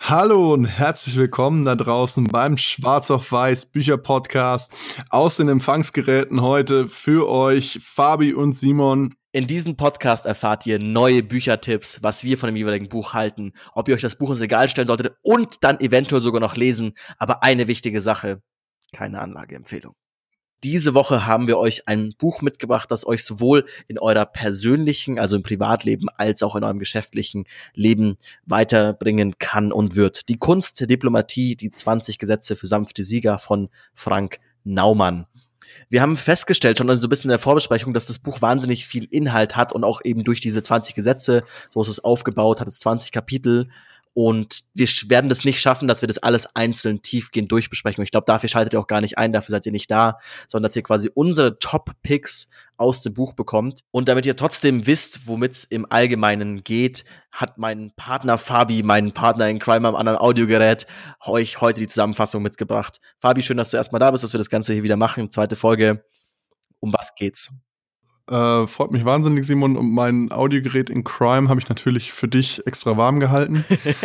Hallo und herzlich willkommen da draußen beim Schwarz auf Weiß Bücher-Podcast. Aus den Empfangsgeräten heute für euch Fabi und Simon. In diesem Podcast erfahrt ihr neue Büchertipps, was wir von dem jeweiligen Buch halten, ob ihr euch das Buch ins Regal stellen solltet und dann eventuell sogar noch lesen. Aber eine wichtige Sache, keine Anlageempfehlung. Diese Woche haben wir euch ein Buch mitgebracht, das euch sowohl in eurer persönlichen, also im Privatleben, als auch in eurem geschäftlichen Leben weiterbringen kann und wird. Die Kunst der Diplomatie, die 20 Gesetze für sanfte Sieger von Frank Naumann. Wir haben festgestellt, schon so ein bisschen in der Vorbesprechung, dass das Buch wahnsinnig viel Inhalt hat und auch eben durch diese 20 Gesetze, so ist es aufgebaut, hat es 20 Kapitel. Und wir werden das nicht schaffen, dass wir das alles einzeln tiefgehend durchbesprechen. Und ich glaube, dafür schaltet ihr auch gar nicht ein, dafür seid ihr nicht da, sondern dass ihr quasi unsere Top-Picks aus dem Buch bekommt. Und damit ihr trotzdem wisst, womit es im Allgemeinen geht, hat mein Partner Fabi, mein Partner in Crime am anderen Audiogerät, euch heute die Zusammenfassung mitgebracht. Fabi, schön, dass du erstmal da bist, dass wir das Ganze hier wieder machen. Zweite Folge. Um was geht's? Freut mich wahnsinnig, Simon. Und mein Audiogerät in Crime habe ich natürlich für dich extra warm gehalten.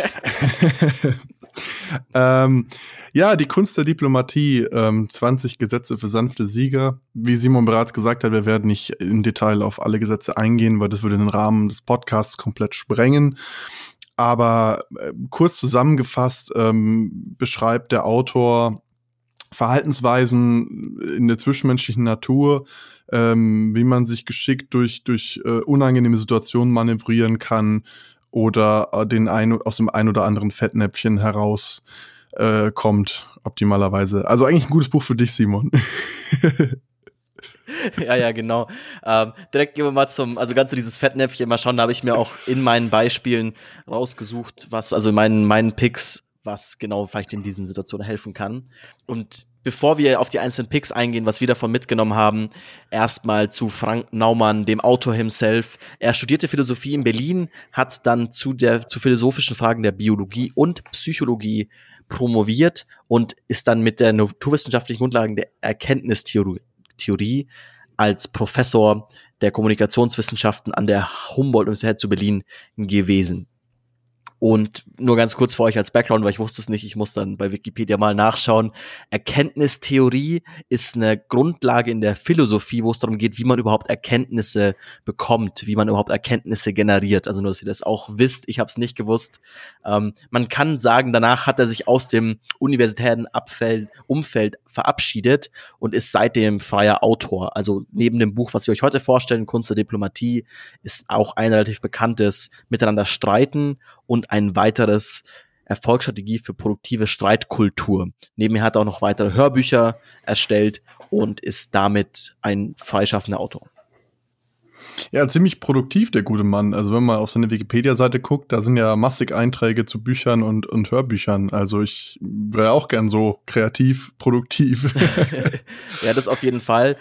Ja, die Kunst der Diplomatie, 20 Gesetze für sanfte Sieger. Wie Simon bereits gesagt hat, wir werden nicht im Detail auf alle Gesetze eingehen, weil das würde den Rahmen des Podcasts komplett sprengen. Aber kurz zusammengefasst beschreibt der Autor Verhaltensweisen in der zwischenmenschlichen Natur, wie man sich geschickt durch unangenehme Situationen manövrieren kann oder aus dem ein oder anderen Fettnäpfchen heraus kommt, optimalerweise. Also eigentlich ein gutes Buch für dich, Simon. Ja, genau. Direkt gehen wir mal also ganz so dieses Fettnäpfchen mal schauen, da habe ich mir auch in meinen Beispielen rausgesucht, also in meinen Picks, was genau vielleicht in diesen Situationen helfen kann. Und bevor wir auf die einzelnen Picks eingehen, was wir davon mitgenommen haben, erstmal zu Frank Naumann, dem Autor himself. Er studierte Philosophie in Berlin, hat dann zu philosophischen Fragen der Biologie und Psychologie promoviert und ist dann mit der naturwissenschaftlichen Grundlagen der Erkenntnistheorie als Professor der Kommunikationswissenschaften an der Humboldt-Universität zu Berlin gewesen. Und nur ganz kurz für euch als Background, weil ich wusste es nicht, ich muss dann bei Wikipedia mal nachschauen. Erkenntnistheorie ist eine Grundlage in der Philosophie, wo es darum geht, wie man überhaupt Erkenntnisse bekommt, wie man überhaupt Erkenntnisse generiert. Also nur, dass ihr das auch wisst, ich habe es nicht gewusst. Man kann sagen, danach hat er sich aus dem universitären Umfeld verabschiedet und ist seitdem freier Autor. Also neben dem Buch, was wir euch heute vorstellen, Kunst der Diplomatie, ist auch ein relativ bekanntes Miteinander streiten und ein weiteres Erfolgsstrategie für produktive Streitkultur. Nebenher hat er auch noch weitere Hörbücher erstellt und ist damit ein freischaffender Autor. Ja, ziemlich produktiv, der gute Mann. Also wenn man auf seine Wikipedia-Seite guckt, da sind ja massig Einträge zu Büchern und Hörbüchern. Also ich wäre auch gern so kreativ, produktiv. Ja, das auf jeden Fall.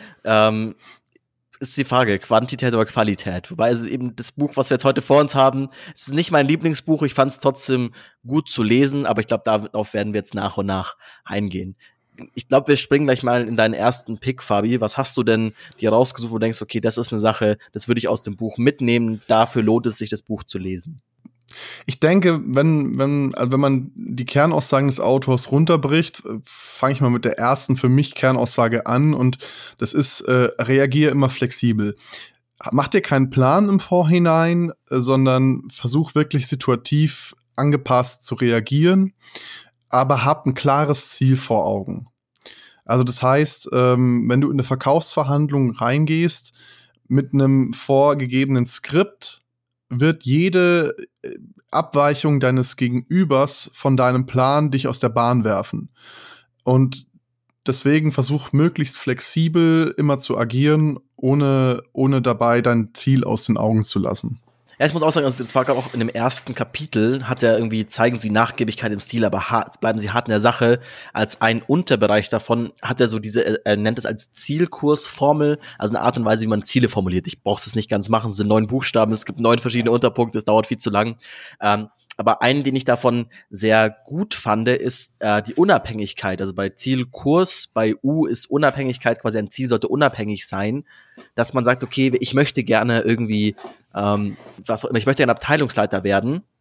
Ist die Frage, Quantität oder Qualität. Wobei also eben das Buch, was wir jetzt heute vor uns haben, es ist nicht mein Lieblingsbuch. Ich fand es trotzdem gut zu lesen, aber ich glaube, darauf werden wir jetzt nach und nach eingehen. Ich glaube, wir springen gleich mal in deinen ersten Pick, Fabi. Was hast du denn dir rausgesucht, wo du denkst, okay, das ist eine Sache, das würde ich aus dem Buch mitnehmen, dafür lohnt es sich, das Buch zu lesen? Ich denke, wenn man die Kernaussagen des Autors runterbricht, fange ich mal mit der ersten für mich Kernaussage an und das ist, reagiere immer flexibel. Mach dir keinen Plan im Vorhinein, sondern versuch wirklich situativ angepasst zu reagieren, aber hab ein klares Ziel vor Augen. Also das heißt, wenn du in eine Verkaufsverhandlung reingehst mit einem vorgegebenen Skript, wird jede Abweichung deines Gegenübers von deinem Plan dich aus der Bahn werfen. Und deswegen versuch möglichst flexibel immer zu agieren, ohne dabei dein Ziel aus den Augen zu lassen. Ja, ich muss auch sagen, also das war gerade auch in dem ersten Kapitel, zeigen sie Nachgiebigkeit im Stil, aber bleiben sie hart in der Sache. Als ein Unterbereich davon hat er so er nennt es als Zielkursformel, also eine Art und Weise, wie man Ziele formuliert. Ich brauche es nicht ganz machen, es sind 9 Buchstaben, es gibt 9 verschiedene Unterpunkte, es dauert viel zu lang. Aber einen, den ich davon sehr gut fand, ist die Unabhängigkeit. Also bei Zielkurs, bei U ist Unabhängigkeit quasi ein Ziel, sollte unabhängig sein, dass man sagt, okay, ich möchte gerne irgendwie, ich möchte gerne Abteilungsleiter werden.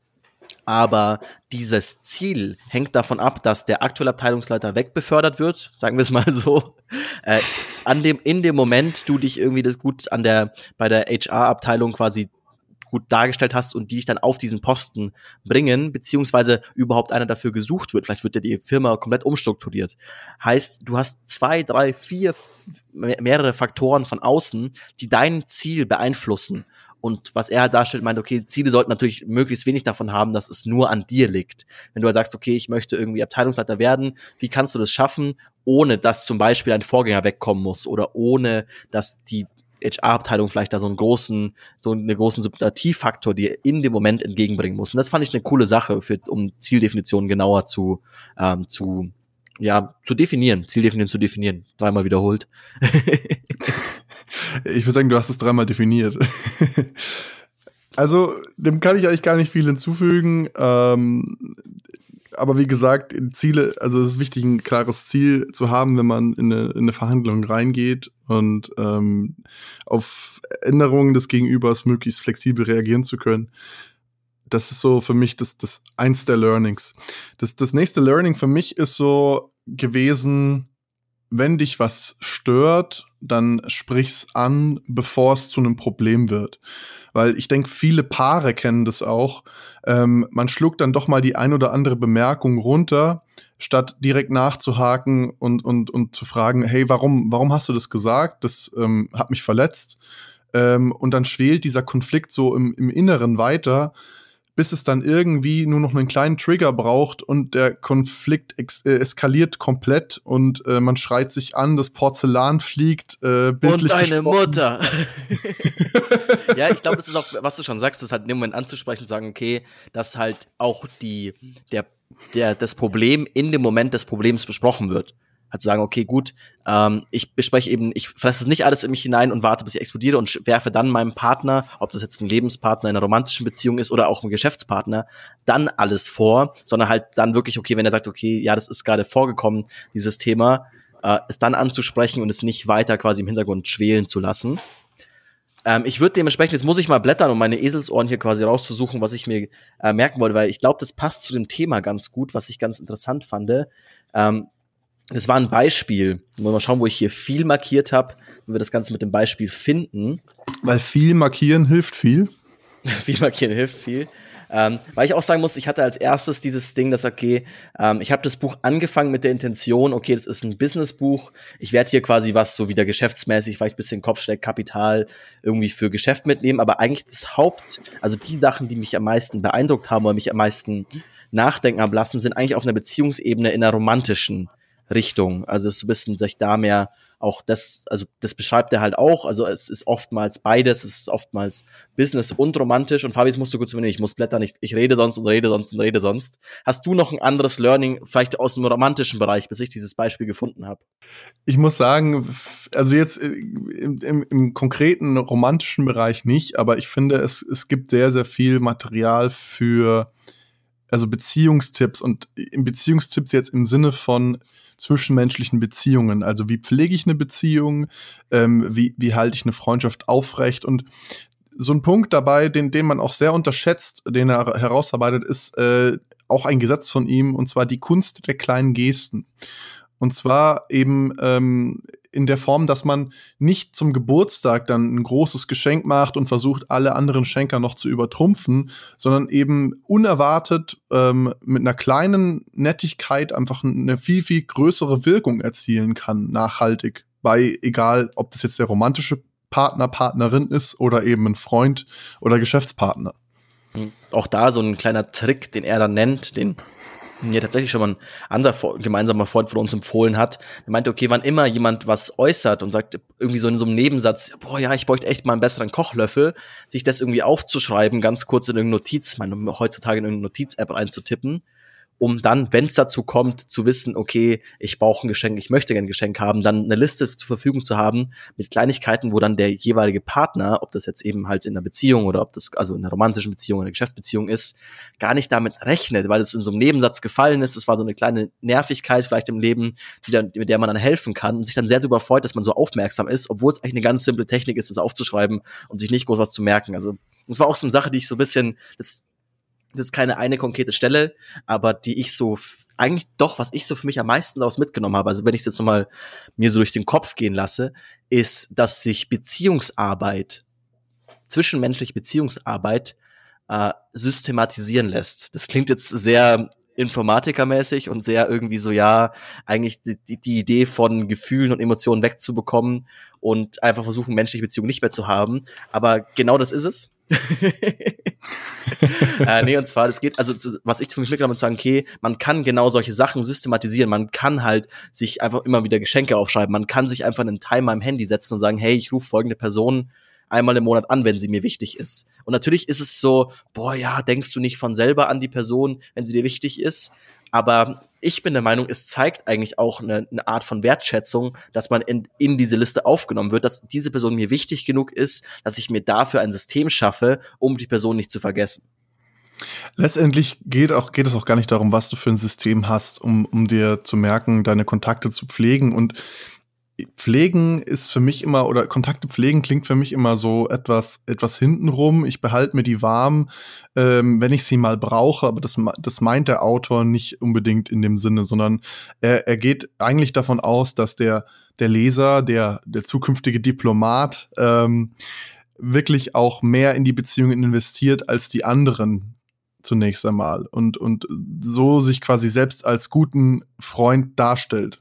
Aber dieses Ziel hängt davon ab, dass der aktuelle Abteilungsleiter wegbefördert wird, sagen wir es mal so. In dem Moment du dich irgendwie das gut bei der HR-Abteilung quasi gut dargestellt hast und die dich dann auf diesen Posten bringen, beziehungsweise überhaupt einer dafür gesucht wird. Vielleicht wird ja die Firma komplett umstrukturiert. Heißt, du hast 2, 3, 4, mehrere Faktoren von außen, die dein Ziel beeinflussen. Und was er halt darstellt, meint, okay, Ziele sollten natürlich möglichst wenig davon haben, dass es nur an dir liegt. Wenn du halt sagst, okay, ich möchte irgendwie Abteilungsleiter werden, wie kannst du das schaffen, ohne dass zum Beispiel ein Vorgänger wegkommen muss oder ohne, dass die HR-Abteilung vielleicht da so einen großen Sympathiefaktor dir in dem Moment entgegenbringen muss. Und das fand ich eine coole Sache, um Zieldefinitionen genauer zu definieren. Zieldefinieren zu definieren. 3-mal wiederholt. Ich würde sagen, du hast es 3-mal definiert. Also, dem kann ich eigentlich gar nicht viel hinzufügen. Aber wie gesagt, Ziele, also es ist wichtig, ein klares Ziel zu haben, wenn man in eine Verhandlung reingeht und auf Änderungen des Gegenübers möglichst flexibel reagieren zu können. Das ist so für mich das eins der Learnings. Das nächste Learning für mich ist so gewesen, wenn dich was stört, dann sprich's an, bevor es zu einem Problem wird. Weil ich denke, viele Paare kennen das auch. Man schluckt dann doch mal die ein oder andere Bemerkung runter, statt direkt nachzuhaken und zu fragen, hey, warum hast du das gesagt? Das hat mich verletzt. Und dann schwelt dieser Konflikt so im Inneren weiter, bis es dann irgendwie nur noch einen kleinen Trigger braucht und der Konflikt eskaliert komplett und man schreit sich an, das Porzellan fliegt, bildlich und deine gesprochen. Mutter. Ja, ich glaube, das ist auch, was du schon sagst, das halt in dem Moment anzusprechen und sagen, okay, dass halt auch das Problem in dem Moment des Problems besprochen wird. Halt zu sagen, okay, gut, ich fresse das nicht alles in mich hinein und warte, bis ich explodiere und werfe dann meinem Partner, ob das jetzt ein Lebenspartner in einer romantischen Beziehung ist oder auch ein Geschäftspartner, dann alles vor, sondern halt dann wirklich, okay, wenn er sagt, okay, ja, das ist gerade vorgekommen, dieses Thema, es dann anzusprechen und es nicht weiter quasi im Hintergrund schwelen zu lassen. Ich würde dementsprechend, jetzt muss ich mal blättern, um meine Eselsohren hier quasi rauszusuchen, was ich mir merken wollte, weil ich glaube, das passt zu dem Thema ganz gut, was ich ganz interessant fand. Das war ein Beispiel. Mal schauen, wo ich hier viel markiert habe, wenn wir das Ganze mit dem Beispiel finden. Weil viel markieren hilft viel. Viel markieren hilft viel. Weil ich auch sagen muss, ich hatte als erstes dieses Ding, das okay, ich habe das Buch angefangen mit der Intention, okay, das ist ein Businessbuch. Ich werde hier quasi was so wieder geschäftsmäßig, vielleicht ein bisschen Kopfsteckkapital irgendwie für Geschäft mitnehmen. Aber eigentlich also die Sachen, die mich am meisten beeindruckt haben oder mich am meisten nachdenken haben lassen, sind eigentlich auf einer Beziehungsebene in einer romantischen Richtung. Also es ist ein bisschen sich da mehr auch das beschreibt er halt auch. Also es ist oftmals beides, es ist oftmals Business und romantisch. Und Fabi, jetzt musst du kurz übernehmen, ich muss blättern, ich rede sonst und rede sonst und rede sonst. Hast du noch ein anderes Learning, vielleicht aus dem romantischen Bereich, bis ich dieses Beispiel gefunden habe? Ich muss sagen, also jetzt im konkreten romantischen Bereich nicht, aber ich finde, es gibt sehr, sehr viel Material für Beziehungstipps und Beziehungstipps jetzt im Sinne von zwischenmenschlichen Beziehungen. Also wie pflege ich eine Beziehung, wie halte ich eine Freundschaft aufrecht, und so ein Punkt dabei, den man auch sehr unterschätzt, den er herausarbeitet, ist auch ein Gesetz von ihm, und zwar die Kunst der kleinen Gesten. Und zwar eben in der Form, dass man nicht zum Geburtstag dann ein großes Geschenk macht und versucht, alle anderen Schenker noch zu übertrumpfen, sondern eben unerwartet mit einer kleinen Nettigkeit einfach eine viel, viel größere Wirkung erzielen kann, nachhaltig. Egal, ob das jetzt der romantische Partner, Partnerin ist oder eben ein Freund oder Geschäftspartner. Auch da so ein kleiner Trick, den er dann nennt, den mir tatsächlich schon mal ein anderer gemeinsamer Freund von uns empfohlen hat. Er meinte, okay, wann immer jemand was äußert und sagt irgendwie so in so einem Nebensatz, boah, ja, ich bräuchte echt mal einen besseren Kochlöffel, sich das irgendwie aufzuschreiben, ganz kurz in irgendeine Notiz, heutzutage in irgendeine Notiz-App einzutippen, um dann, wenn es dazu kommt, zu wissen, okay, ich brauche ein Geschenk, ich möchte gerne ein Geschenk haben, dann eine Liste zur Verfügung zu haben mit Kleinigkeiten, wo dann der jeweilige Partner, ob das jetzt eben halt in einer Beziehung oder ob das also in einer romantischen Beziehung oder einer Geschäftsbeziehung ist, gar nicht damit rechnet, weil es in so einem Nebensatz gefallen ist. Das war so eine kleine Nervigkeit vielleicht im Leben, mit der man dann helfen kann und sich dann sehr darüber freut, dass man so aufmerksam ist, obwohl es eigentlich eine ganz simple Technik ist, das aufzuschreiben und sich nicht groß was zu merken. Also das war auch so eine Sache, die ich so ein bisschen, das ist keine eine konkrete Stelle, aber die ich so eigentlich doch, was ich so für mich am meisten daraus mitgenommen habe, also wenn ich es jetzt nochmal mir so durch den Kopf gehen lasse, ist, dass sich zwischenmenschliche Beziehungsarbeit systematisieren lässt. Das klingt jetzt sehr informatikermäßig und sehr irgendwie so, ja, eigentlich die Idee von Gefühlen und Emotionen wegzubekommen und einfach versuchen, menschliche Beziehungen nicht mehr zu haben. Aber genau das ist es. Nee, und zwar, das geht, also was ich für mich mitgenommen habe, zu sagen, okay, man kann genau solche Sachen systematisieren, man kann halt sich einfach immer wieder Geschenke aufschreiben, man kann sich einfach einen Timer im Handy setzen und sagen, hey, ich rufe folgende Person einmal im Monat an, wenn sie mir wichtig ist. Und natürlich ist es so, boah, ja, denkst du nicht von selber an die Person, wenn sie dir wichtig ist, aber ich bin der Meinung, es zeigt eigentlich auch eine Art von Wertschätzung, dass man in diese Liste aufgenommen wird, dass diese Person mir wichtig genug ist, dass ich mir dafür ein System schaffe, um die Person nicht zu vergessen. Letztendlich geht es auch gar nicht darum, was du für ein System hast, um dir zu merken, deine Kontakte zu pflegen. Und Pflegen ist für mich immer, oder Kontakte pflegen klingt für mich immer so etwas hintenrum. Ich behalte mir die warm, wenn ich sie mal brauche, aber das meint der Autor nicht unbedingt in dem Sinne, sondern er geht eigentlich davon aus, dass der Leser, der zukünftige Diplomat, wirklich auch mehr in die Beziehungen investiert als die anderen zunächst einmal und so sich quasi selbst als guten Freund darstellt.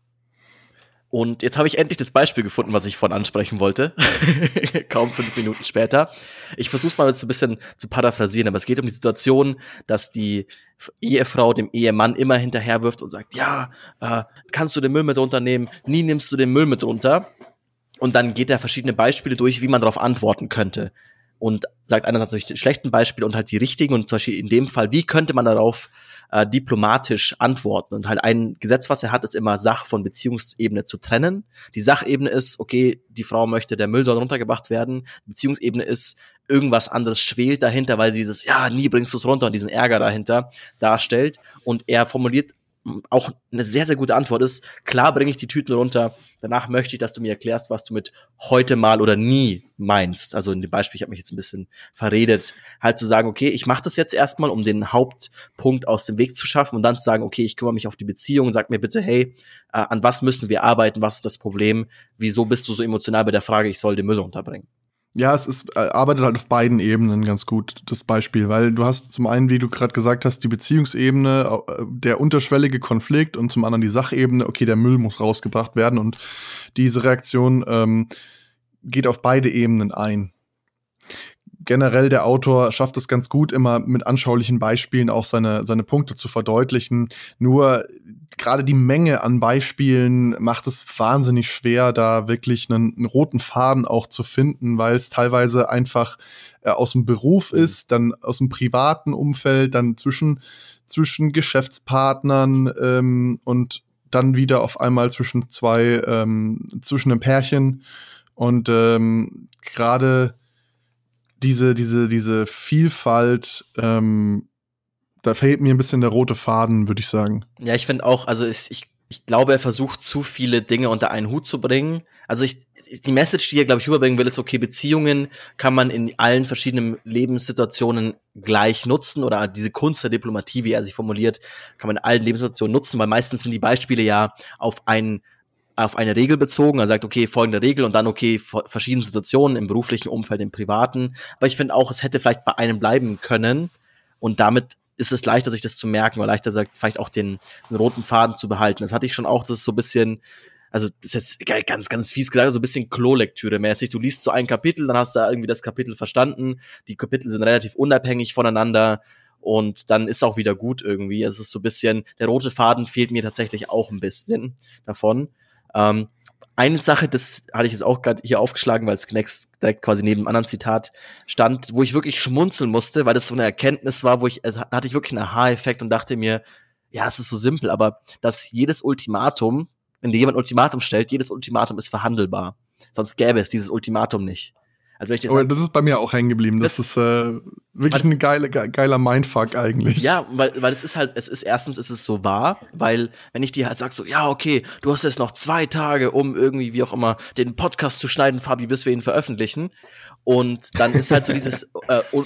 Und jetzt habe ich endlich das Beispiel gefunden, was ich vorhin ansprechen wollte. Kaum 5 Minuten später. Ich versuche es mal jetzt so ein bisschen zu paraphrasieren, aber es geht um die Situation, dass die Ehefrau dem Ehemann immer hinterherwirft und sagt, ja, kannst du den Müll mit runternehmen? Nie nimmst du den Müll mit runter. Und dann geht er verschiedene Beispiele durch, wie man darauf antworten könnte. Und sagt einerseits durch die schlechten Beispiele und halt die richtigen. Und zum Beispiel in dem Fall, wie könnte man darauf diplomatisch antworten? Und halt ein Gesetz, was er hat, ist immer Sach- von Beziehungsebene zu trennen. Die Sachebene ist, okay, die Frau möchte, der Müll soll runtergebracht werden. Die Beziehungsebene ist, irgendwas anderes schwelt dahinter, weil sie dieses, ja, nie bringst du es runter und diesen Ärger dahinter darstellt. Und er formuliert auch eine sehr, sehr gute Antwort ist, klar bringe ich die Tüten runter, danach möchte ich, dass du mir erklärst, was du mit heute mal oder nie meinst. Also in dem Beispiel, ich habe mich jetzt ein bisschen verredet, halt zu sagen, okay, ich mache das jetzt erstmal, um den Hauptpunkt aus dem Weg zu schaffen und dann zu sagen, okay, ich kümmere mich auf die Beziehung und sag mir bitte, hey, an was müssen wir arbeiten, was ist das Problem, wieso bist du so emotional bei der Frage, ich soll den Müll runterbringen? Ja, arbeitet halt auf beiden Ebenen ganz gut, das Beispiel, weil du hast zum einen, wie du gerade gesagt hast, die Beziehungsebene, der unterschwellige Konflikt und zum anderen die Sachebene, okay, der Müll muss rausgebracht werden und diese Reaktion geht auf beide Ebenen ein. Generell der Autor schafft es ganz gut, immer mit anschaulichen Beispielen auch seine Punkte zu verdeutlichen. Nur gerade die Menge an Beispielen macht es wahnsinnig schwer, da wirklich einen roten Faden auch zu finden, weil es teilweise einfach aus dem Beruf ist, dann aus dem privaten Umfeld, dann zwischen Geschäftspartnern und dann wieder auf einmal zwischen einem Pärchen. Und gerade diese Vielfalt, da fehlt mir ein bisschen der rote Faden, würde ich sagen. Ja, ich finde auch, also ich glaube, er versucht zu viele Dinge unter einen Hut zu bringen. Also die Message, die er, glaube ich, rüberbringen will, ist, okay, Beziehungen kann man in allen verschiedenen Lebenssituationen gleich nutzen oder diese Kunst der Diplomatie, wie er sich formuliert, kann man in allen Lebenssituationen nutzen, weil meistens sind die Beispiele ja auf eine Regel bezogen. Er sagt, okay, folgende Regel und dann, okay, verschiedene Situationen im beruflichen Umfeld, im privaten. Aber ich finde auch, es hätte vielleicht bei einem bleiben können und damit ist es leichter, sich das zu merken, oder leichter, sagt, vielleicht auch den roten Faden zu behalten. Das hatte ich schon auch, das ist so ein bisschen, also das ist jetzt ganz, ganz fies gesagt, so ein bisschen Klolektüre-mäßig. Du liest so ein Kapitel, dann hast du irgendwie das Kapitel verstanden. Die Kapitel sind relativ unabhängig voneinander und dann ist auch wieder gut irgendwie. Es ist so ein bisschen, der rote Faden fehlt mir tatsächlich auch ein bisschen davon. Eine Sache, das hatte ich jetzt auch gerade hier aufgeschlagen, weil es direkt quasi neben einem anderen Zitat stand, wo ich wirklich schmunzeln musste, weil das so eine Erkenntnis war, da hatte ich wirklich einen Aha-Effekt und dachte mir, ja, es ist so simpel, aber dass jedes Ultimatum, wenn dir jemand ein Ultimatum stellt, jedes Ultimatum ist verhandelbar. Sonst gäbe es dieses Ultimatum nicht. Also wenn ich das ist bei mir auch hängen geblieben. Das ist wirklich ein geiler Mindfuck eigentlich. Ja, weil es ist erstens ist es so wahr, weil wenn ich dir halt sag so, ja, okay, du hast jetzt noch 2 Tage, um irgendwie, wie auch immer, den Podcast zu schneiden, Fabi, bis wir ihn veröffentlichen. Und dann ist halt so dieses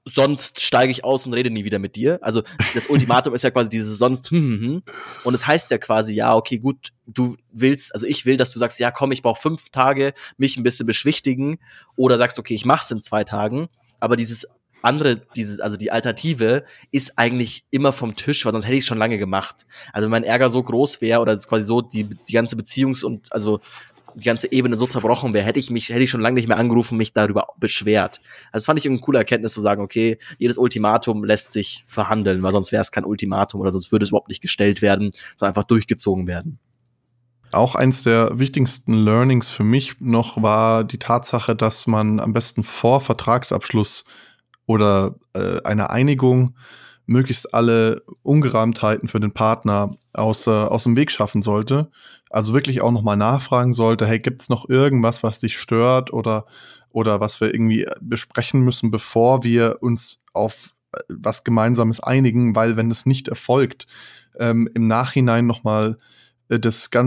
sonst steige ich aus und rede nie wieder mit dir. Also das Ultimatum ist ja quasi dieses sonst und es heißt ja quasi, ja, okay, gut, du willst, also ich will, dass du sagst, ja komm, ich brauche 5 Tage, mich ein bisschen beschwichtigen, oder sagst, okay, ich mach's in 2 Tagen, aber dieses andere, also die Alternative ist eigentlich immer vom Tisch, weil sonst hätte ich es schon lange gemacht. Also wenn mein Ärger so groß wäre oder quasi so die ganze also die ganze Ebene so zerbrochen wäre, hätte ich schon lange nicht mehr angerufen, mich darüber beschwert. Also das fand ich eine coole Erkenntnis zu sagen, okay, jedes Ultimatum lässt sich verhandeln, weil sonst wäre es kein Ultimatum oder sonst würde es überhaupt nicht gestellt werden, sondern einfach durchgezogen werden. Auch eins der wichtigsten Learnings für mich noch war die Tatsache, dass man am besten vor Vertragsabschluss oder einer Einigung möglichst alle Ungereimtheiten für den Partner aus dem Weg schaffen sollte. Also wirklich auch nochmal nachfragen sollte, hey, gibt's noch irgendwas, was dich stört oder was wir irgendwie besprechen müssen, bevor wir uns auf was Gemeinsames einigen, weil wenn es nicht erfolgt, im Nachhinein nochmal die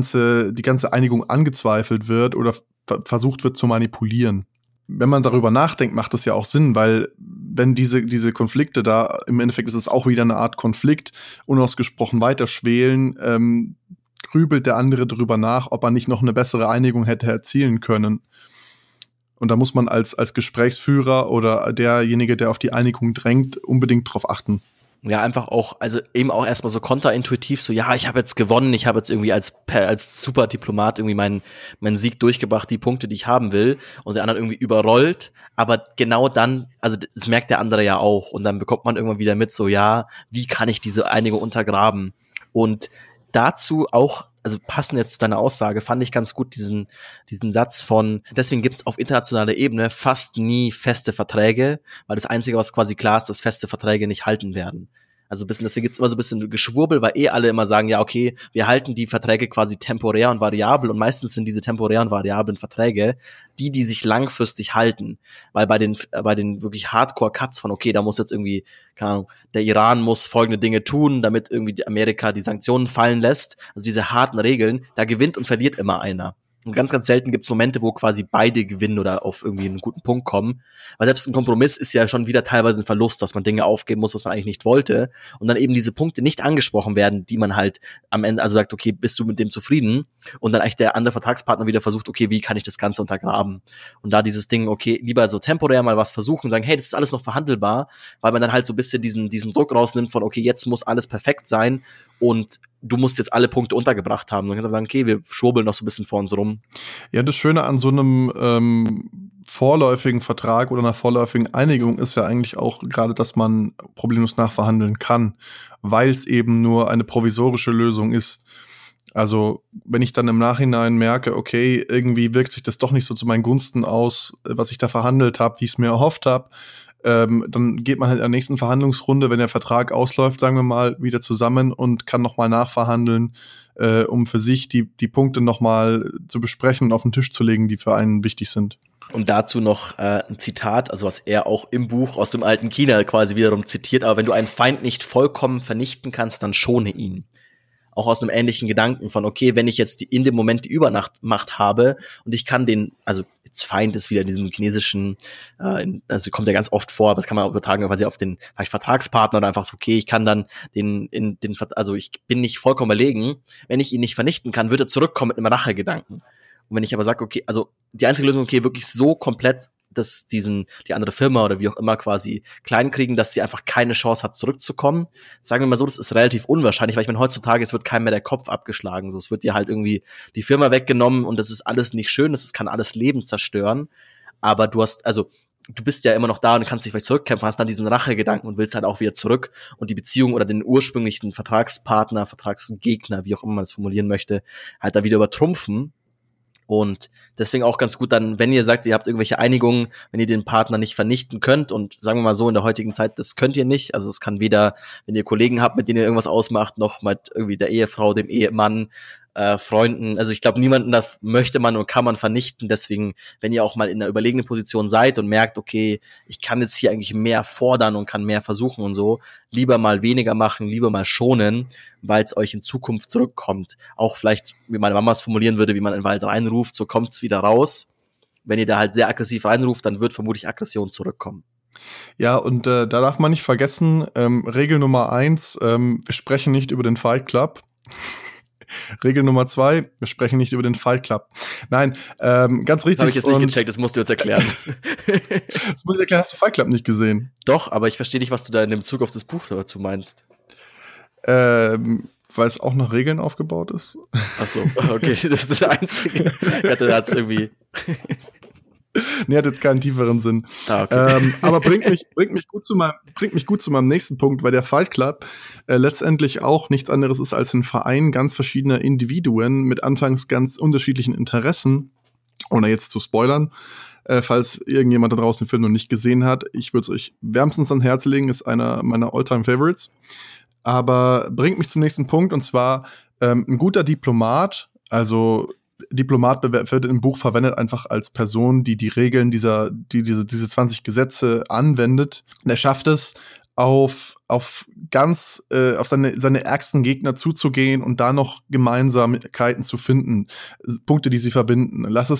ganze Einigung angezweifelt wird oder versucht wird zu manipulieren. Wenn man darüber nachdenkt, macht das ja auch Sinn, weil wenn diese Konflikte da, im Endeffekt ist es auch wieder eine Art Konflikt, unausgesprochen weiterschwelen, grübelt der andere darüber nach, ob er nicht noch eine bessere Einigung hätte erzielen können. Und da muss man als Gesprächsführer oder derjenige, der auf die Einigung drängt, unbedingt drauf achten. Ja, einfach auch, also eben auch erstmal so konterintuitiv, so, ja, ich habe jetzt gewonnen, ich habe jetzt irgendwie als super Diplomat irgendwie meinen Sieg durchgebracht, die Punkte, die ich haben will, und der andere irgendwie überrollt, aber genau dann, also das merkt der andere ja auch, und dann bekommt man irgendwann wieder mit, so, ja, wie kann ich diese Einigung untergraben? Und dazu auch, also passend jetzt zu deiner Aussage, fand ich ganz gut diesen Satz von, deswegen gibt's auf internationaler Ebene fast nie feste Verträge, weil das Einzige, was quasi klar ist, dass feste Verträge nicht halten werden. Also deswegen gibt's immer so ein bisschen Geschwurbel, weil alle immer sagen, ja, okay, wir halten die Verträge quasi temporär und variabel, und meistens sind diese temporären variablen Verträge die sich langfristig halten. Weil bei den wirklich Hardcore-Cuts von, okay, da muss jetzt irgendwie, keine Ahnung, der Iran muss folgende Dinge tun, damit irgendwie Amerika die Sanktionen fallen lässt. Also diese harten Regeln, da gewinnt und verliert immer einer. Und ganz, ganz selten gibt es Momente, wo quasi beide gewinnen oder auf irgendwie einen guten Punkt kommen. Weil selbst ein Kompromiss ist ja schon wieder teilweise ein Verlust, dass man Dinge aufgeben muss, was man eigentlich nicht wollte. Und dann eben diese Punkte nicht angesprochen werden, die man halt am Ende, also sagt, okay, bist du mit dem zufrieden? Und dann eigentlich der andere Vertragspartner wieder versucht, okay, wie kann ich das Ganze untergraben? Und da dieses Ding, okay, lieber so temporär mal was versuchen, sagen, hey, das ist alles noch verhandelbar, weil man dann halt so ein bisschen diesen Druck rausnimmt von, okay, jetzt muss alles perfekt sein und du musst jetzt alle Punkte untergebracht haben. Dann kannst du sagen, okay, wir schwurbeln noch so ein bisschen vor uns rum. Ja, das Schöne an so einem vorläufigen Vertrag oder einer vorläufigen Einigung ist ja eigentlich auch gerade, dass man problemlos nachverhandeln kann, weil es eben nur eine provisorische Lösung ist. Also wenn ich dann im Nachhinein merke, okay, irgendwie wirkt sich das doch nicht so zu meinen Gunsten aus, was ich da verhandelt habe, wie ich es mir erhofft habe, dann geht man halt in der nächsten Verhandlungsrunde, wenn der Vertrag ausläuft, sagen wir mal, wieder zusammen und kann nochmal nachverhandeln, um für sich die Punkte nochmal zu besprechen und auf den Tisch zu legen, die für einen wichtig sind. Und dazu noch ein Zitat, also was er auch im Buch aus dem alten China quasi wiederum zitiert, aber wenn du einen Feind nicht vollkommen vernichten kannst, dann schone ihn. Auch aus einem ähnlichen Gedanken von, okay, wenn ich jetzt in dem Moment die Übermacht habe und ich kann also jetzt Feind ist wieder in diesem chinesischen, also kommt ja ganz oft vor, aber das kann man auch übertragen quasi auf den vielleicht Vertragspartner oder einfach so, okay, ich kann dann also ich bin nicht vollkommen überlegen, wenn ich ihn nicht vernichten kann, wird er zurückkommen mit einem Rachegedanken. Und wenn ich aber sage, okay, also die einzige Lösung, okay, wirklich so komplett die andere Firma oder wie auch immer quasi klein kriegen, dass sie einfach keine Chance hat, zurückzukommen. Sagen wir mal so, das ist relativ unwahrscheinlich, weil ich meine, heutzutage, es wird keinem mehr der Kopf abgeschlagen. So, es wird dir halt irgendwie die Firma weggenommen und das ist alles nicht schön, das kann alles Leben zerstören. Aber du bist ja immer noch da und kannst dich vielleicht zurückkämpfen, hast dann diesen Rachegedanken und willst halt auch wieder zurück und die Beziehung oder den ursprünglichen Vertragspartner, Vertragsgegner, wie auch immer man das formulieren möchte, halt da wieder übertrumpfen. Und deswegen auch ganz gut dann, wenn ihr sagt, ihr habt irgendwelche Einigungen, wenn ihr den Partner nicht vernichten könnt, und sagen wir mal so, in der heutigen Zeit, das könnt ihr nicht. Also es kann weder, wenn ihr Kollegen habt, mit denen ihr irgendwas ausmacht, noch mit irgendwie der Ehefrau, dem Ehemann, Freunden. Also ich glaube, niemanden das möchte man und kann man vernichten. Deswegen, wenn ihr auch mal in einer überlegenen Position seid und merkt, okay, ich kann jetzt hier eigentlich mehr fordern und kann mehr versuchen und so, lieber mal weniger machen, lieber mal schonen, weil es euch in Zukunft zurückkommt. Auch vielleicht, wie meine Mama es formulieren würde, wie man in den Wald reinruft, so kommt es wieder raus. Wenn ihr da halt sehr aggressiv reinruft, dann wird vermutlich Aggression zurückkommen. Ja, und da darf man nicht vergessen, Regel Nummer 1, wir sprechen nicht über den Fight Club. Regel Nummer 2, wir sprechen nicht über den Fight Club. Nein, ganz richtig. Das habe ich jetzt nicht gecheckt, das musst du jetzt erklären. Das muss ich erklären, hast du Fight Club nicht gesehen? Doch, aber ich verstehe nicht, was du da in dem Bezug auf das Buch dazu meinst. Weil es auch nach Regeln aufgebaut ist. Ach so, okay, das ist das Einzige. Ich hatte da irgendwie. Nee, hat jetzt keinen tieferen Sinn. Okay. Aber bringt mich gut zu meinem nächsten Punkt, weil der Fight Club letztendlich auch nichts anderes ist als ein Verein ganz verschiedener Individuen mit anfangs ganz unterschiedlichen Interessen. Ohne jetzt zu spoilern, falls irgendjemand da draußen den Film noch nicht gesehen hat. Ich würde es euch wärmstens ans Herz legen, ist einer meiner All-Time-Favorites. Aber bringt mich zum nächsten Punkt, und zwar ein guter Diplomat, also Diplomat wird im Buch verwendet einfach als Person, die die Regeln diese 20 Gesetze anwendet. Und er schafft es, auf seine ärgsten Gegner zuzugehen und da noch Gemeinsamkeiten zu finden, Punkte, die sie verbinden. Lass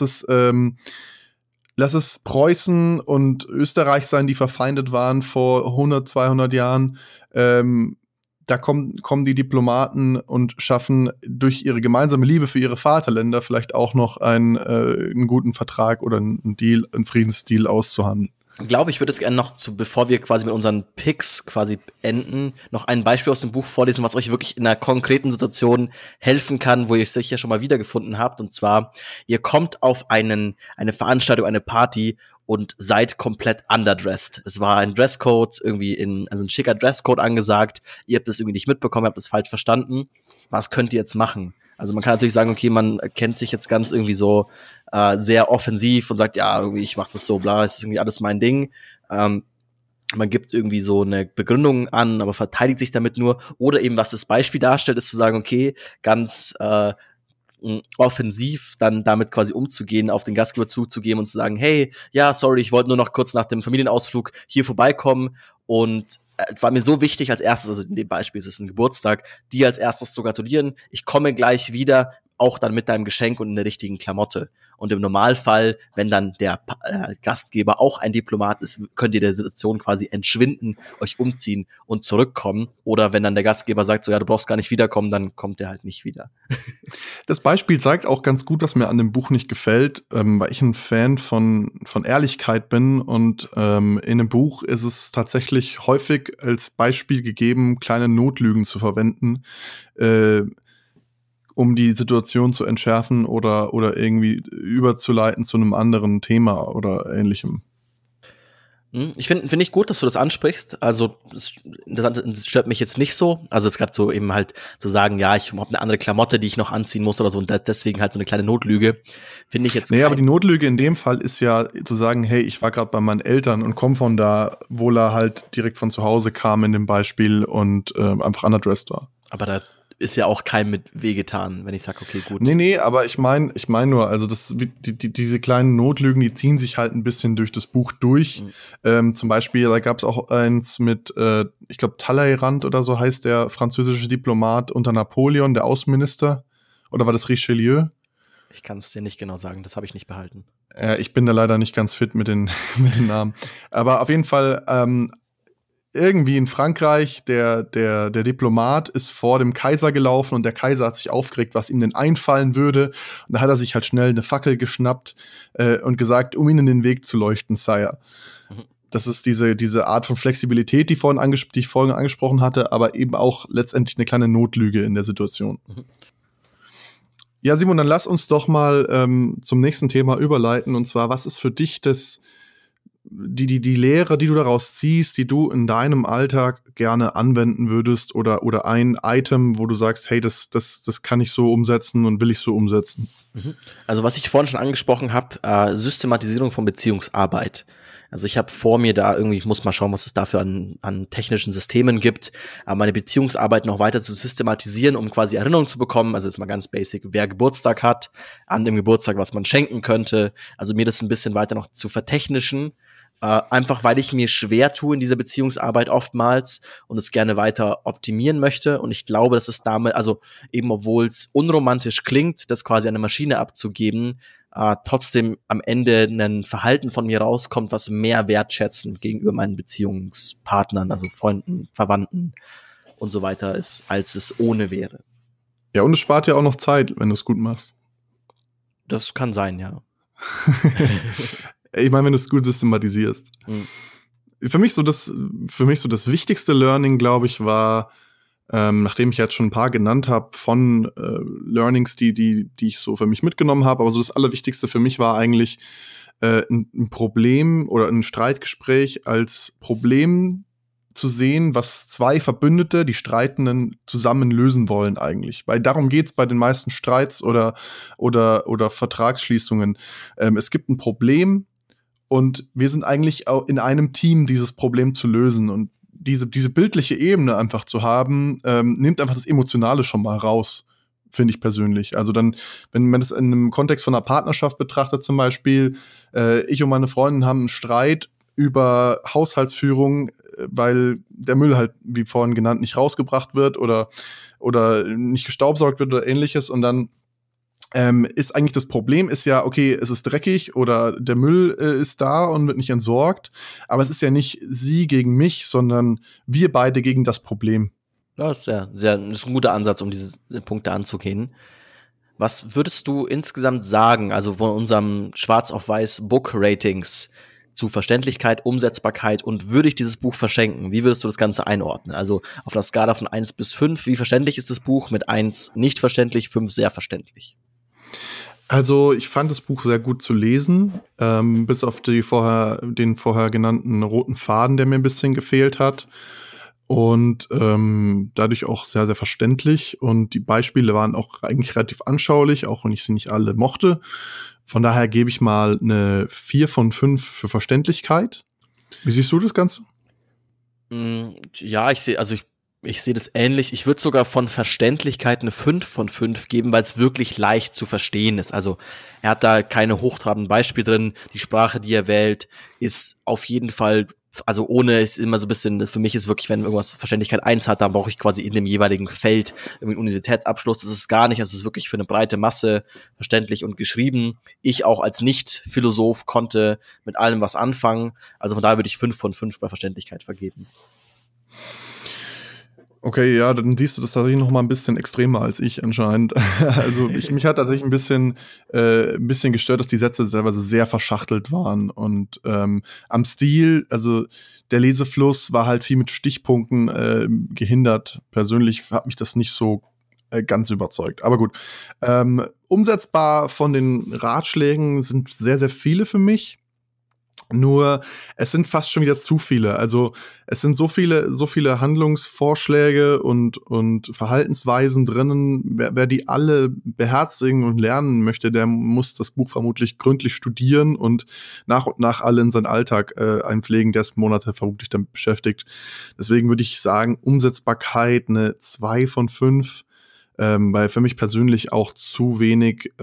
es Preußen und Österreich sein, die verfeindet waren vor 100, 200 Jahren. Da kommen die Diplomaten und schaffen durch ihre gemeinsame Liebe für ihre Vaterländer vielleicht auch noch einen guten Vertrag oder einen Deal, einen Friedensdeal auszuhandeln. Ich glaube, ich würde jetzt gerne noch, bevor wir quasi mit unseren Picks quasi enden, noch ein Beispiel aus dem Buch vorlesen, was euch wirklich in einer konkreten Situation helfen kann, wo ihr es sicher schon mal wiedergefunden habt. Und zwar, ihr kommt auf eine Veranstaltung, eine Party und seid komplett underdressed. Es war ein Dresscode, also ein schicker Dresscode angesagt. Ihr habt das irgendwie nicht mitbekommen, habt das falsch verstanden. Was könnt ihr jetzt machen? Also man kann natürlich sagen, okay, man kennt sich jetzt ganz irgendwie so sehr offensiv und sagt, ja, irgendwie, ich mach das so, bla, es ist irgendwie alles mein Ding. Man gibt irgendwie so eine Begründung an, aber verteidigt sich damit nur. Oder eben, was das Beispiel darstellt, ist zu sagen, okay, ganz offensiv dann damit quasi umzugehen, auf den Gastgeber zuzugehen und zu sagen, hey, ja, sorry, ich wollte nur noch kurz nach dem Familienausflug hier vorbeikommen und es war mir so wichtig als erstes, also in dem Beispiel ist es ein Geburtstag, dir als erstes zu gratulieren. Ich komme gleich wieder, auch dann mit deinem Geschenk und in der richtigen Klamotte. Und im Normalfall, wenn dann der Gastgeber auch ein Diplomat ist, könnt ihr der Situation quasi entschwinden, euch umziehen und zurückkommen. Oder wenn dann der Gastgeber sagt, so ja, du brauchst gar nicht wiederkommen, dann kommt er halt nicht wieder. Das Beispiel zeigt auch ganz gut, was mir an dem Buch nicht gefällt, weil ich ein Fan von Ehrlichkeit bin. Und in einem Buch ist es tatsächlich häufig als Beispiel gegeben, kleine Notlügen zu verwenden, um die Situation zu entschärfen oder irgendwie überzuleiten zu einem anderen Thema oder ähnlichem. Ich finde ich gut, dass du das ansprichst. Also, das stört mich jetzt nicht so. Also, jetzt gerade so eben halt zu sagen, ja, ich habe eine andere Klamotte, die ich noch anziehen muss oder so und deswegen halt so eine kleine Notlüge. Finde ich jetzt. Nee, aber die Notlüge in dem Fall ist ja zu sagen, hey, ich war gerade bei meinen Eltern und komme von da, obwohl er halt direkt von zu Hause kam in dem Beispiel und einfach underdressed war. Aber da ist ja auch keinem mit wehgetan, wenn ich sage, okay, gut. Nee, aber ich meine nur, also diese kleinen Notlügen, die ziehen sich halt ein bisschen durch das Buch durch. Zum Beispiel, da gab es auch eins mit, ich glaube, Talleyrand oder so heißt der französische Diplomat unter Napoleon, der Außenminister. Oder war das Richelieu? Ich kann es dir nicht genau sagen, das habe ich nicht behalten. Ich bin da leider nicht ganz fit mit den Namen. Aber auf jeden Fall, irgendwie in Frankreich, der Diplomat ist vor dem Kaiser gelaufen und der Kaiser hat sich aufgeregt, was ihm denn einfallen würde. Und da hat er sich halt schnell eine Fackel geschnappt und gesagt, um ihnen den Weg zu leuchten, Sire. Das ist diese Art von Flexibilität, die ich vorhin angesprochen hatte, aber eben auch letztendlich eine kleine Notlüge in der Situation. Ja, Simon, dann lass uns doch mal zum nächsten Thema überleiten. Und zwar, was ist für dich die Lehre, die du daraus ziehst, die du in deinem Alltag gerne anwenden würdest oder ein Item, wo du sagst, hey, das kann ich so umsetzen und will ich so umsetzen? Also was ich vorhin schon angesprochen habe, Systematisierung von Beziehungsarbeit. Also ich habe vor mir da irgendwie, ich muss mal schauen, was es dafür an technischen Systemen gibt, aber meine Beziehungsarbeit noch weiter zu systematisieren, um quasi Erinnerung zu bekommen. Also ist mal ganz basic, wer Geburtstag hat, an dem Geburtstag, was man schenken könnte. Also mir das ein bisschen weiter noch zu vertechnischen. Einfach weil ich mir schwer tue in dieser Beziehungsarbeit oftmals und es gerne weiter optimieren möchte. Und ich glaube, dass es damit, also eben obwohl es unromantisch klingt, das quasi an eine Maschine abzugeben, trotzdem am Ende ein Verhalten von mir rauskommt, was mehr wertschätzend gegenüber meinen Beziehungspartnern, also Freunden, Verwandten und so weiter ist, als es ohne wäre. Ja, und es spart ja auch noch Zeit, wenn du es gut machst. Das kann sein, ja. Ich meine, wenn du es gut systematisierst. Für mich so das wichtigste Learning, glaube ich, war, nachdem ich jetzt schon ein paar genannt habe, von Learnings, die ich so für mich mitgenommen habe, aber so das Allerwichtigste für mich war eigentlich ein Problem oder ein Streitgespräch als Problem zu sehen, was zwei Verbündete, die Streitenden, zusammen lösen wollen eigentlich. Weil darum geht's bei den meisten Streits oder Vertragsschließungen. Es gibt ein Problem und wir sind eigentlich auch in einem Team, dieses Problem zu lösen. Und diese bildliche Ebene einfach zu haben, nimmt einfach das Emotionale schon mal raus, finde ich persönlich. Also dann, wenn man das in einem Kontext von einer Partnerschaft betrachtet zum Beispiel, ich und meine Freundin haben einen Streit über Haushaltsführung, weil der Müll halt, wie vorhin genannt, nicht rausgebracht wird oder nicht gestaubsaugt wird oder ähnliches. Und dann ist eigentlich das Problem, ist ja, okay, es ist dreckig oder der Müll ist da und wird nicht entsorgt. Aber es ist ja nicht sie gegen mich, sondern wir beide gegen das Problem. Ja, ist ist ein guter Ansatz, um diese Punkte anzugehen. Was würdest du insgesamt sagen, also von unserem Schwarz auf Weiß Book Ratings zu Verständlichkeit, Umsetzbarkeit und würde ich dieses Buch verschenken? Wie würdest du das Ganze einordnen? Also auf einer Skala von 1 bis 5, wie verständlich ist das Buch? Mit 1 nicht verständlich, 5 sehr verständlich. Also ich fand das Buch sehr gut zu lesen, bis auf den vorher genannten roten Faden, der mir ein bisschen gefehlt hat. Und dadurch auch sehr, sehr verständlich. Und die Beispiele waren auch eigentlich relativ anschaulich, auch wenn ich sie nicht alle mochte. Von daher gebe ich mal eine 4 von 5 für Verständlichkeit. Wie siehst du das Ganze? Ja, ich sehe das ähnlich. Ich würde sogar von Verständlichkeit eine 5 von 5 geben, weil es wirklich leicht zu verstehen ist. Also er hat da keine hochtrabenden Beispiele drin. Die Sprache, die er wählt, ist auf jeden Fall, also ohne ist immer so ein bisschen, für mich ist wirklich, wenn irgendwas Verständlichkeit 1 hat, dann brauche ich quasi in dem jeweiligen Feld irgendwie einen Universitätsabschluss. Das ist gar nicht, es ist wirklich für eine breite Masse verständlich und geschrieben. Ich auch als Nicht-Philosoph konnte mit allem was anfangen. Also von daher würde ich 5 von 5 bei Verständlichkeit vergeben. Okay, ja, dann siehst du das tatsächlich noch mal ein bisschen extremer als ich anscheinend. Also mich hat tatsächlich ein bisschen gestört, dass die Sätze teilweise sehr verschachtelt waren und am Stil, also der Lesefluss war halt viel mit Stichpunkten gehindert. Persönlich hat mich das nicht so ganz überzeugt. Aber gut, umsetzbar von den Ratschlägen sind sehr, sehr viele für mich. Nur, es sind fast schon wieder zu viele. Also, es sind so viele Handlungsvorschläge und Verhaltensweisen drinnen. Wer die alle beherzigen und lernen möchte, der muss das Buch vermutlich gründlich studieren und nach alle in seinen Alltag einpflegen, der ist Monate vermutlich damit beschäftigt. Deswegen würde ich sagen, Umsetzbarkeit eine 2 von 5, weil für mich persönlich auch zu wenig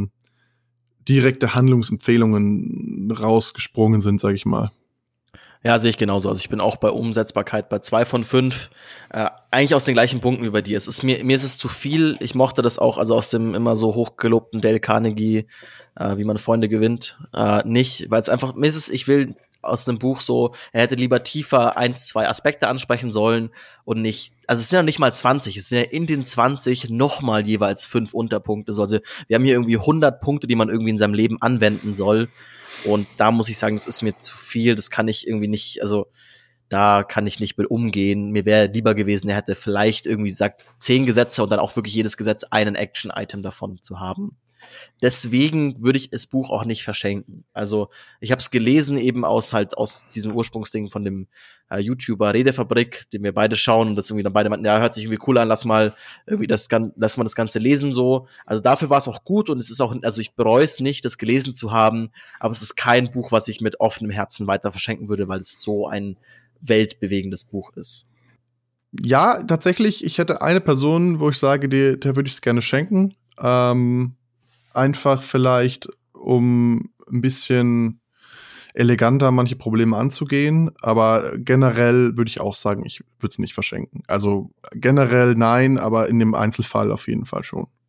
direkte Handlungsempfehlungen rausgesprungen sind, sage ich mal. Ja, sehe ich genauso. Also ich bin auch bei Umsetzbarkeit bei 2 von 5. Eigentlich aus den gleichen Punkten wie bei dir. Mir ist es zu viel. Ich mochte das auch, also aus dem immer so hochgelobten Dale Carnegie, wie man Freunde gewinnt, nicht, weil es einfach, ich will aus dem Buch so, er hätte lieber tiefer 1, 2 Aspekte ansprechen sollen und nicht, also es sind ja nicht mal 20, es sind ja in den 20 nochmal jeweils 5 Unterpunkte. Also wir haben hier irgendwie 100 Punkte, die man irgendwie in seinem Leben anwenden soll. Und da muss ich sagen, das ist mir zu viel, das kann ich irgendwie nicht, also da kann ich nicht mit umgehen. Mir wäre lieber gewesen, er hätte vielleicht irgendwie gesagt 10 Gesetze und dann auch wirklich jedes Gesetz einen Action-Item davon zu haben. Deswegen würde ich das Buch auch nicht verschenken. Also ich habe es gelesen eben aus diesem Ursprungsding von dem YouTuber Redefabrik, den wir beide schauen und das irgendwie dann beide meinten, ja, hört sich irgendwie cool an, lass mal das Ganze lesen so. Also dafür war es auch gut und es ist auch, also ich bereue es nicht, das gelesen zu haben, aber es ist kein Buch, was ich mit offenem Herzen weiter verschenken würde, weil es so ein weltbewegendes Buch ist. Ja, tatsächlich, ich hätte eine Person, wo ich sage, der würde ich es gerne schenken. Einfach vielleicht, um ein bisschen eleganter manche Probleme anzugehen. Aber generell würde ich auch sagen, ich würde es nicht verschenken. Also generell nein, aber in dem Einzelfall auf jeden Fall schon.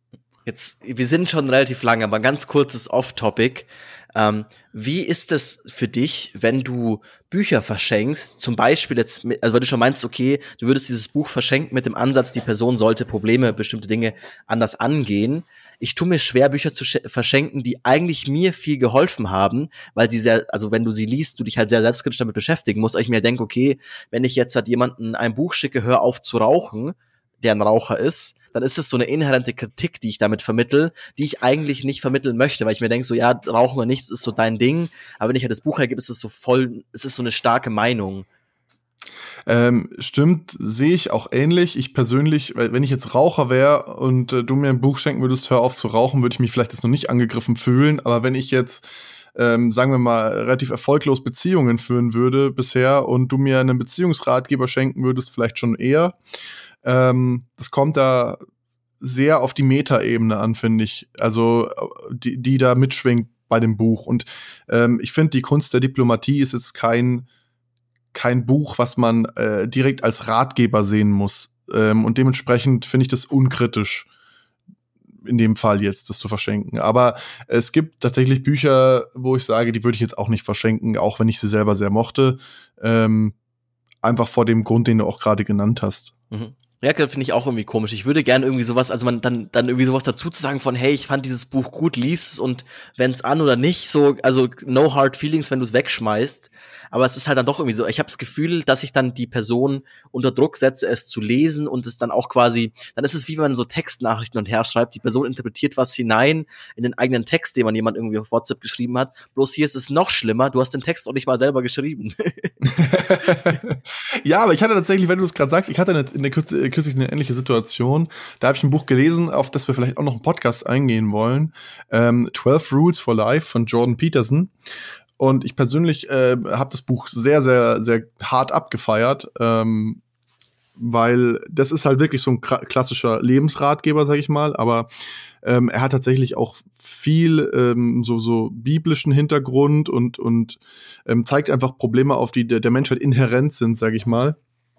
Jetzt, wir sind schon relativ lange, aber ein ganz kurzes Off-Topic. Wie ist es für dich, wenn du Bücher verschenkst? Zum Beispiel jetzt, also weil du schon meinst, okay, du würdest dieses Buch verschenken mit dem Ansatz, die Person sollte Probleme, bestimmte Dinge anders angehen. Ich tue mir schwer, Bücher zu verschenken, die eigentlich mir viel geholfen haben, weil sie sehr, also wenn du sie liest, du dich halt sehr selbstkritisch damit beschäftigen musst. Ich mir denke, okay, wenn ich jetzt halt jemanden ein Buch schicke, hör auf zu rauchen, der ein Raucher ist, dann ist es so eine inhärente Kritik, die ich damit vermittel, die ich eigentlich nicht vermitteln möchte, weil ich mir denke, so, ja, Rauchen oder nichts ist so dein Ding, aber wenn ich halt das Buch hergebe, ist es so voll, es ist so eine starke Meinung. Stimmt, sehe ich auch ähnlich. Ich persönlich, wenn ich jetzt Raucher wäre und du mir ein Buch schenken würdest, hör auf zu rauchen, würde ich mich vielleicht jetzt noch nicht angegriffen fühlen. Aber wenn ich jetzt, sagen wir mal, relativ erfolglos Beziehungen führen würde bisher und du mir einen Beziehungsratgeber schenken würdest, vielleicht schon eher. Das kommt da sehr auf die Metaebene an, finde ich. Also, die da mitschwingt bei dem Buch. Und ich finde, die Kunst der Diplomatie ist jetzt kein Buch, was man direkt als Ratgeber sehen muss. Und dementsprechend finde ich das unkritisch, in dem Fall jetzt, das zu verschenken. Aber es gibt tatsächlich Bücher, wo ich sage, die würde ich jetzt auch nicht verschenken, auch wenn ich sie selber sehr mochte. Einfach vor dem Grund, den du auch gerade genannt hast. Mhm. Ja, finde ich auch irgendwie komisch. Ich würde gerne irgendwie sowas, also man dann irgendwie sowas dazu zu sagen von, hey, ich fand dieses Buch gut, lies es und wenn's an oder nicht, so, also no hard feelings, wenn du es wegschmeißt. Aber es ist halt dann doch irgendwie so, ich habe das Gefühl, dass ich dann die Person unter Druck setze, es zu lesen und es dann auch quasi, dann ist es wie wenn man so Textnachrichten und her schreibt, die Person interpretiert was hinein in den eigenen Text, den man jemand irgendwie auf WhatsApp geschrieben hat. Bloß hier ist es noch schlimmer, du hast den Text auch nicht mal selber geschrieben. Ja, aber ich hatte tatsächlich, wenn du es gerade sagst, ich hatte kürzlich eine ähnliche Situation. Da habe ich ein Buch gelesen, auf das wir vielleicht auch noch einen Podcast eingehen wollen. 12 Rules for Life von Jordan Peterson. Und ich persönlich habe das Buch sehr, sehr, sehr hart abgefeiert, weil das ist halt wirklich so ein klassischer Lebensratgeber, sag ich mal. Aber er hat tatsächlich auch viel so biblischen Hintergrund und zeigt einfach Probleme auf, die der Menschheit inhärent sind, sag ich mal.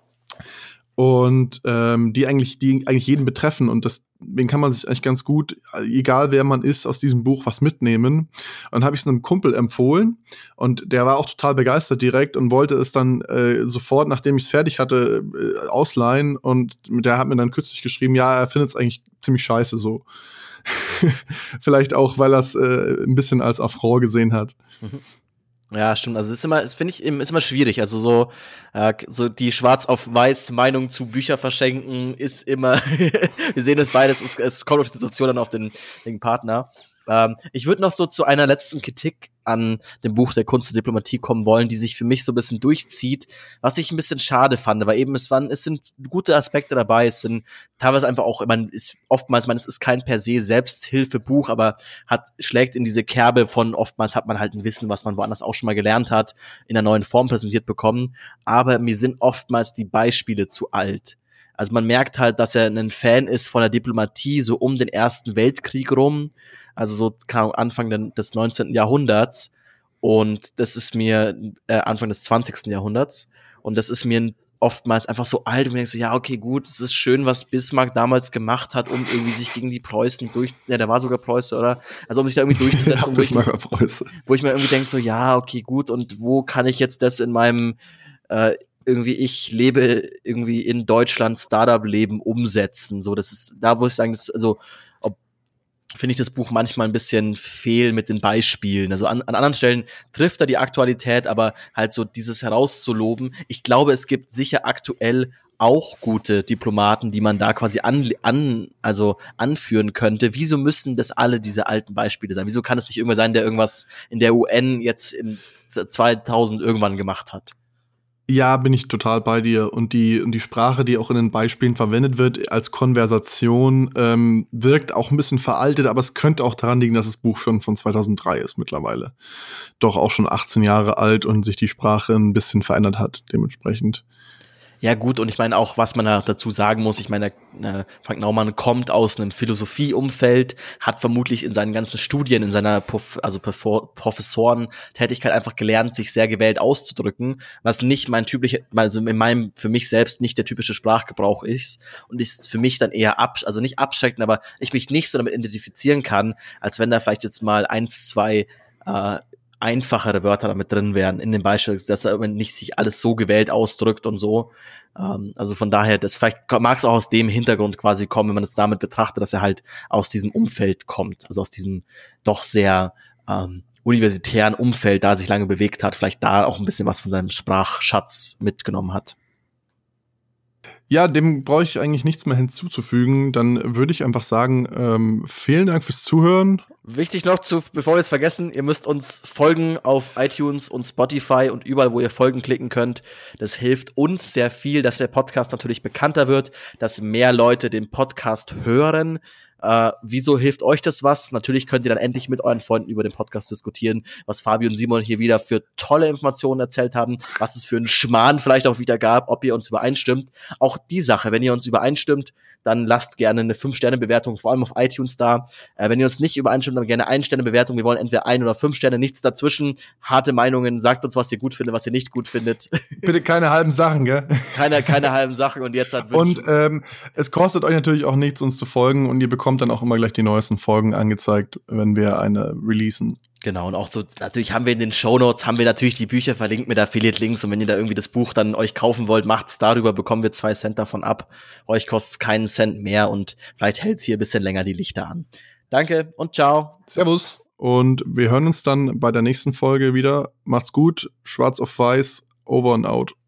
Und die eigentlich jeden betreffen. Und deswegen kann man sich eigentlich ganz gut, egal wer man ist, aus diesem Buch was mitnehmen. Und dann habe ich es einem Kumpel empfohlen und der war auch total begeistert direkt und wollte es dann sofort, nachdem ich es fertig hatte, ausleihen. Und der hat mir dann kürzlich geschrieben, ja, er findet es eigentlich ziemlich scheiße so. Vielleicht auch, weil er es ein bisschen als Affront gesehen hat. Mhm. Ja, stimmt. Also das finde ich, ist immer schwierig. Also so die Schwarz auf Weiß Meinung zu Bücher verschenken ist immer, wir sehen es beides, es kommt auf die Situation dann auf den Partner. Ich würde noch so zu einer letzten Kritik an dem Buch Der Kunst der Diplomatie kommen wollen, die sich für mich so ein bisschen durchzieht, was ich ein bisschen schade fand, weil eben es sind gute Aspekte dabei, es sind teilweise einfach auch, es ist kein per se Selbsthilfebuch, aber schlägt in diese Kerbe von oftmals hat man halt ein Wissen, was man woanders auch schon mal gelernt hat, in einer neuen Form präsentiert bekommen, aber mir sind oftmals die Beispiele zu alt. Also man merkt halt, dass er ein Fan ist von der Diplomatie, so um den Ersten Weltkrieg rum, also so Anfang des 19. Jahrhunderts und das ist mir Anfang des 20. Jahrhunderts und das ist mir oftmals einfach so alt und ich denke so, ja, okay, gut, es ist schön, was Bismarck damals gemacht hat, um irgendwie sich gegen die Preußen der war sogar Preuße, oder? Also um sich da irgendwie durchzusetzen, wo ich mir irgendwie denke so, ja, okay, gut, und wo kann ich jetzt das in meinem irgendwie ich lebe irgendwie in Deutschland Startup-Leben umsetzen. So, das ist da, wo ich sagen, finde ich das Buch manchmal ein bisschen fehl mit den Beispielen. Also an anderen Stellen trifft er die Aktualität, aber halt so dieses herauszuloben. Ich glaube, es gibt sicher aktuell auch gute Diplomaten, die man da quasi also anführen könnte. Wieso müssen das alle diese alten Beispiele sein? Wieso kann es nicht irgendwer sein, der irgendwas in der UN jetzt in 2000 irgendwann gemacht hat? Ja, bin ich total bei dir. Und die Sprache, die auch in den Beispielen verwendet wird als Konversation, wirkt auch ein bisschen veraltet, aber es könnte auch daran liegen, dass das Buch schon von 2003 ist mittlerweile. Doch auch schon 18 Jahre alt und sich die Sprache ein bisschen verändert hat, dementsprechend. Ja gut, und ich meine auch, was man da dazu sagen muss, ich meine, Frank Naumann kommt aus einem Philosophieumfeld, hat vermutlich in seinen ganzen Studien, in seiner Professorentätigkeit einfach gelernt, sich sehr gewählt auszudrücken, was nicht mein typischer, also in meinem, für mich selbst nicht der typische Sprachgebrauch ist und ist für mich dann eher also nicht abschreckend, aber ich mich nicht so damit identifizieren kann, als wenn da vielleicht jetzt mal 1, 2 einfachere Wörter damit drin wären in dem Beispiel, dass er nicht sich alles so gewählt ausdrückt und so. Also von daher, das vielleicht mag es auch aus dem Hintergrund quasi kommen, wenn man es damit betrachtet, dass er halt aus diesem Umfeld kommt, also aus diesem doch sehr universitären Umfeld, da sich lange bewegt hat, vielleicht da auch ein bisschen was von seinem Sprachschatz mitgenommen hat. Ja, dem brauche ich eigentlich nichts mehr hinzuzufügen. Dann würde ich einfach sagen, vielen Dank fürs Zuhören. Wichtig noch, bevor wir es vergessen, ihr müsst uns folgen auf iTunes und Spotify und überall, wo ihr Folgen klicken könnt. Das hilft uns sehr viel, dass der Podcast natürlich bekannter wird, dass mehr Leute den Podcast hören. Wieso hilft euch das was? Natürlich könnt ihr dann endlich mit euren Freunden über den Podcast diskutieren, was Fabi und Simon hier wieder für tolle Informationen erzählt haben, was es für einen Schmarrn vielleicht auch wieder gab, ob ihr uns übereinstimmt. Auch die Sache, wenn ihr uns übereinstimmt, dann lasst gerne eine 5-Sterne-Bewertung, vor allem auf iTunes da. Wenn ihr uns nicht übereinstimmt, dann gerne 1-Sterne-Bewertung. Wir wollen entweder 1 oder 5 Sterne, nichts dazwischen. Harte Meinungen, sagt uns, was ihr gut findet, was ihr nicht gut findet. Bitte keine halben Sachen, gell? Keine halben Sachen und jetzt halt wünschen. Und es kostet euch natürlich auch nichts, uns zu folgen und ihr bekommt dann auch immer gleich die neuesten Folgen angezeigt, wenn wir eine releasen. Genau, und auch so, natürlich haben wir in den Shownotes, haben wir natürlich die Bücher verlinkt mit Affiliate-Links und wenn ihr da irgendwie das Buch dann euch kaufen wollt, macht's darüber, bekommen wir 2 Cent davon ab. Euch kostet's keinen Cent mehr und vielleicht hält's hier ein bisschen länger die Lichter an. Danke und ciao. Servus und wir hören uns dann bei der nächsten Folge wieder. Macht's gut, schwarz auf weiß, over and out.